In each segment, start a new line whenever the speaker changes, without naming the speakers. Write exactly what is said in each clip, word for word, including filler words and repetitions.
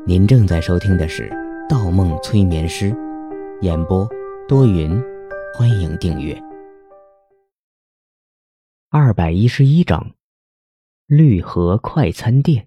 您正在收听的是《盗梦催眠师》，演播多云，欢迎订阅。二百一十一章，绿河快餐店。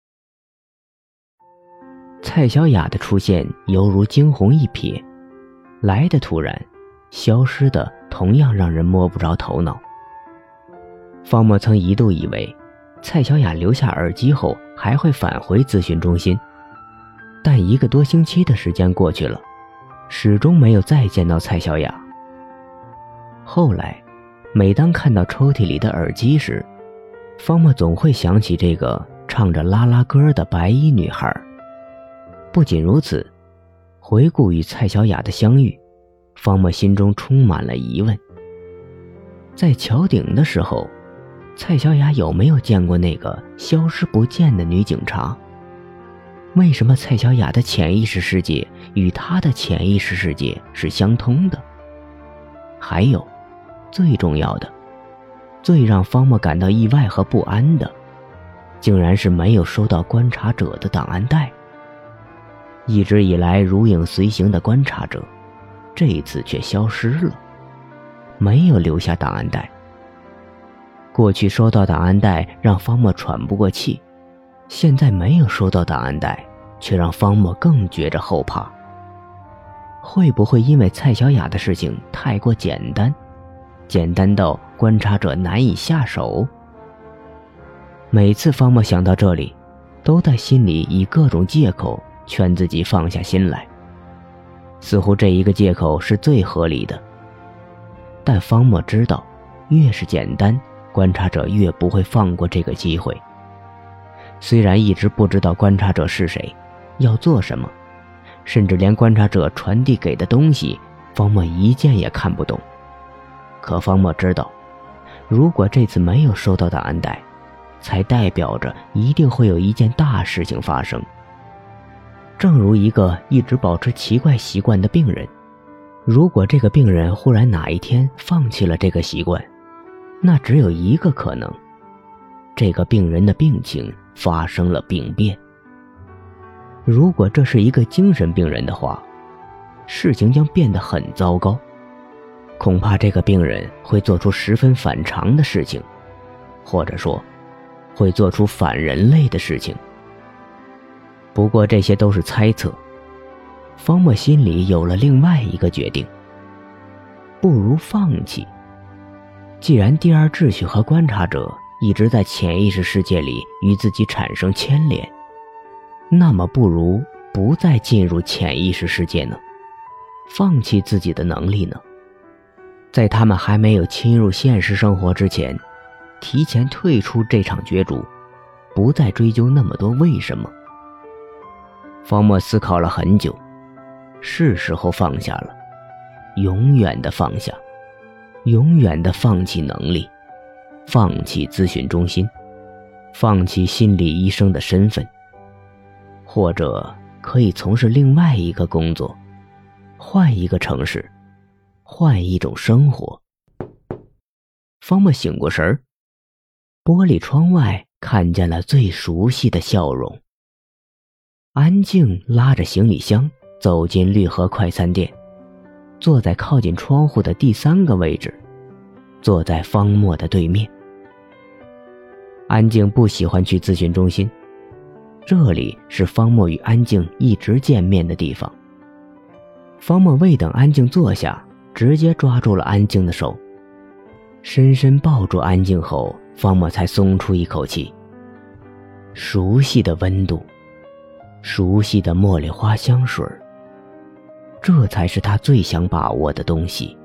蔡小雅的出现犹如惊鸿一瞥，来的突然，消失的同样让人摸不着头脑。方墨曾一度以为蔡小雅留下耳机后还会返回咨询中心，但一个多星期的时间过去了，始终没有再见到蔡小雅。后来每当看到抽屉里的耳机时，方墨总会想起这个唱着啦啦歌的白衣女孩。不仅如此，回顾与蔡小雅的相遇，方墨心中充满了疑问。在桥顶的时候，蔡小雅有没有见过那个消失不见的女警察？为什么蔡小雅的潜意识世界与她的潜意识世界是相通的？还有，最重要的，最让方墨感到意外和不安的，竟然是没有收到观察者的档案袋。一直以来如影随形的观察者，这一次却消失了，没有留下档案袋。过去收到档案袋让方墨喘不过气，现在没有收到档案袋，却让方墨更觉着后怕。会不会因为蔡小雅的事情太过简单，简单到观察者难以下手？每次方墨想到这里，都在心里以各种借口劝自己放下心来，似乎这一个借口是最合理的。但方墨知道，越是简单，观察者越不会放过这个机会。虽然一直不知道观察者是谁，要做什么，甚至连观察者传递给的东西，方墨一件也看不懂。可方墨知道，如果这次没有收到档案袋，才代表着一定会有一件大事情发生。正如一个一直保持奇怪习惯的病人，如果这个病人忽然哪一天放弃了这个习惯，那只有一个可能，这个病人的病情发生了病变。如果这是一个精神病人的话，事情将变得很糟糕，恐怕这个病人会做出十分反常的事情，或者说会做出反人类的事情。不过这些都是猜测，方墨心里有了另外一个决定，不如放弃。既然第二秩序和观察者一直在潜意识世界里与自己产生牵连，那么不如不再进入潜意识世界呢？放弃自己的能力呢？在他们还没有侵入现实生活之前，提前退出这场角逐，不再追究那么多为什么。方墨思考了很久，是时候放下了，永远的放下，永远的放弃能力，放弃咨询中心，放弃心理医生的身份，或者可以从事另外一个工作，换一个城市，换一种生活。方墨醒过神儿，玻璃窗外看见了最熟悉的笑容。安静拉着行李箱走进绿河快餐店，坐在靠近窗户的第三个位置，坐在方墨的对面。安静不喜欢去咨询中心，这里是方墨与安静一直见面的地方。方墨未等安静坐下，直接抓住了安静的手，深深抱住安静后，方墨才松出一口气。熟悉的温度，熟悉的茉莉花香水，这才是他最想把握的东西。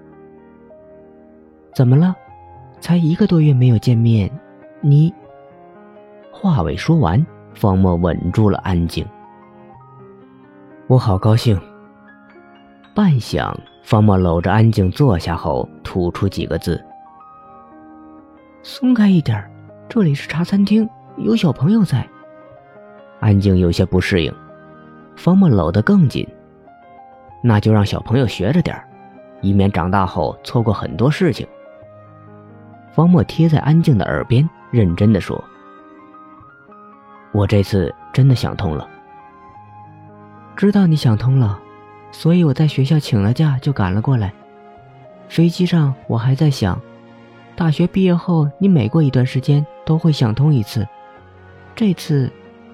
怎么了？才一个多月没有见面，你……话未说完，方墨稳住了安静。我好高兴。半晌，方墨搂着安静坐下后，吐出几个字：松开一点，这里是茶餐厅，有小朋友在。安静有些不适应，方墨搂得更紧。那就让小朋友学着点，以免长大后错过很多事情。方墨贴在安静的耳边，认真地说：我这次真的想通了， 知道你想通了，所以我在学校请了假就赶了过来。飞机上我还在想，大学毕业后你每过一段时间都会想通一次。这次，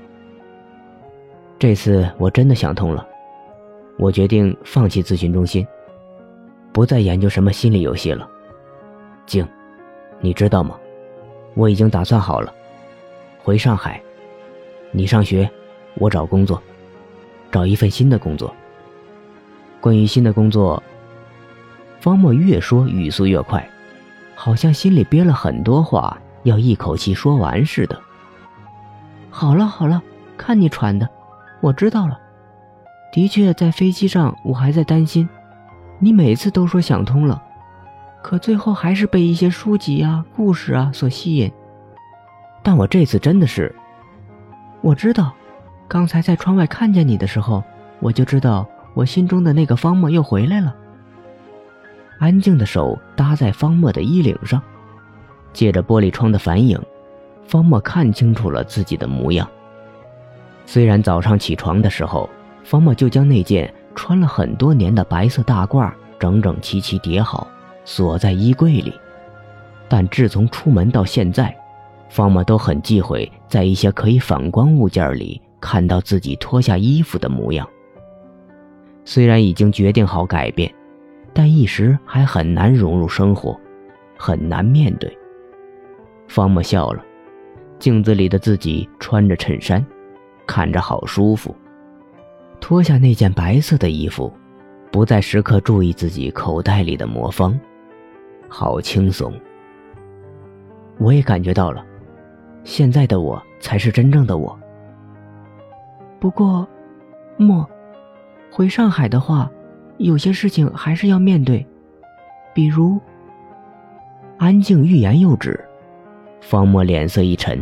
这次我真的想通了，我决定放弃咨询中心，不再研究什么心理游戏了。静，你知道吗？我已经打算好了，回上海，你上学，我找工作，找一份新的工作。关于新的工作，方墨越说语速越快，好像心里憋了很多话，要一口气说完似的。好了好了，看你喘的，我知道了。的确，在飞机上我还在担心，你每次都说想通了，可最后还是被一些书籍啊、故事啊所吸引。但我这次真的是，我知道，刚才在窗外看见你的时候，我就知道我心中的那个方墨又回来了。安静的手搭在方墨的衣领上，借着玻璃窗的反影，方墨看清楚了自己的模样。虽然早上起床的时候，方墨就将那件穿了很多年的白色大褂整整齐齐叠好，锁在衣柜里，但自从出门到现在，方墨都很忌讳在一些可以反光物件里看到自己脱下衣服的模样。虽然已经决定好改变，但一时还很难融入生活，很难面对。方墨笑了，镜子里的自己穿着衬衫，看着好舒服。脱下那件白色的衣服，不再时刻注意自己口袋里的魔方，好轻松。我也感觉到了，现在的我才是真正的我。不过，莫，回上海的话，有些事情还是要面对，比如……安静欲言又止，方墨脸色一沉。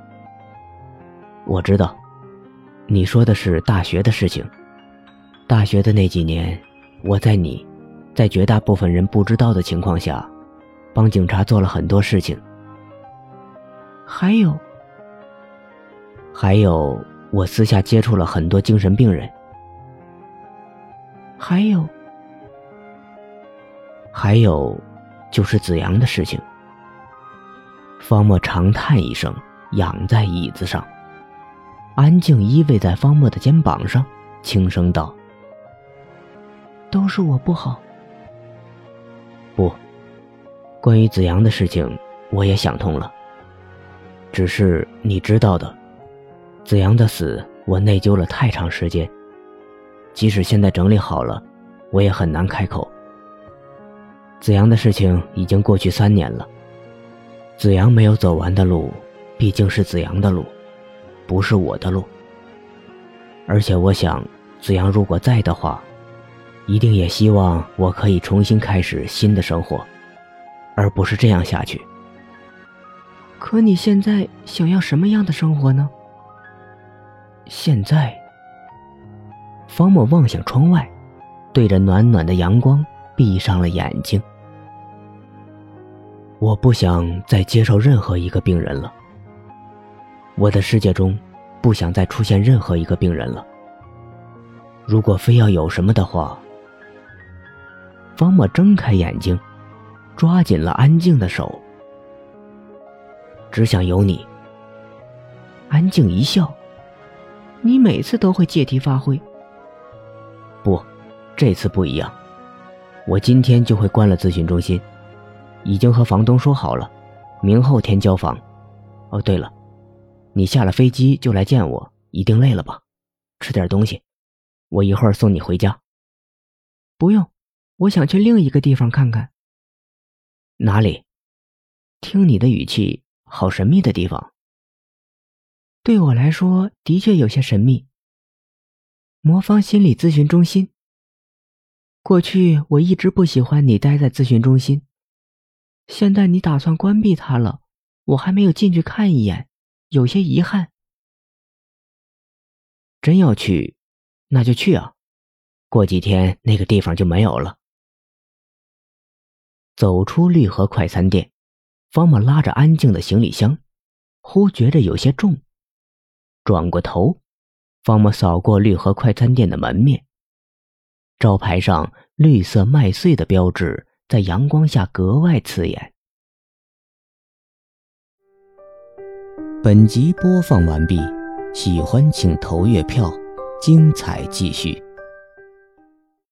我知道，你说的是大学的事情。大学的那几年，我在你，在绝大部分人不知道的情况下，帮警察做了很多事情。还有，还有，我私下接触了很多精神病人。还有，还有，就是子阳的事情。方墨长叹一声，仰在椅子上。安静依偎在方墨的肩膀上，轻声道：都是我不好。不，关于子阳的事情，我也想通了。只是你知道的，子阳的死，我内疚了太长时间。即使现在整理好了，我也很难开口。子阳的事情已经过去三年了，子阳没有走完的路，毕竟是子阳的路，不是我的路。而且我想，子阳如果在的话，一定也希望我可以重新开始新的生活，而不是这样下去。可你现在想要什么样的生活呢？现在，方墨望向窗外，对着暖暖的阳光闭上了眼睛。我不想再接受任何一个病人了，我的世界中不想再出现任何一个病人了。如果非要有什么的话……方墨睁开眼睛，抓紧了安静的手。只想有你。安静一笑，你每次都会借题发挥。不，这次不一样，我今天就会关了咨询中心，已经和房东说好了，明后天交房。哦，对了，你下了飞机就来见我，一定累了吧？吃点东西，我一会儿送你回家。不用，我想去另一个地方看看。哪里？听你的语气，好神秘的地方。对我来说，的确有些神秘。魔方心理咨询中心。过去我一直不喜欢你待在咨询中心，现在你打算关闭它了，我还没有进去看一眼，有些遗憾。真要去，那就去啊，过几天那个地方就没有了。走出绿河快餐店，方墨拉着安静的行李箱，忽觉着有些重，转过头， 方莫扫过绿河快餐店的门面，招牌上绿色麦穗的标志在阳光下格外刺眼。本集播放完毕，喜欢请投月票，精彩继续。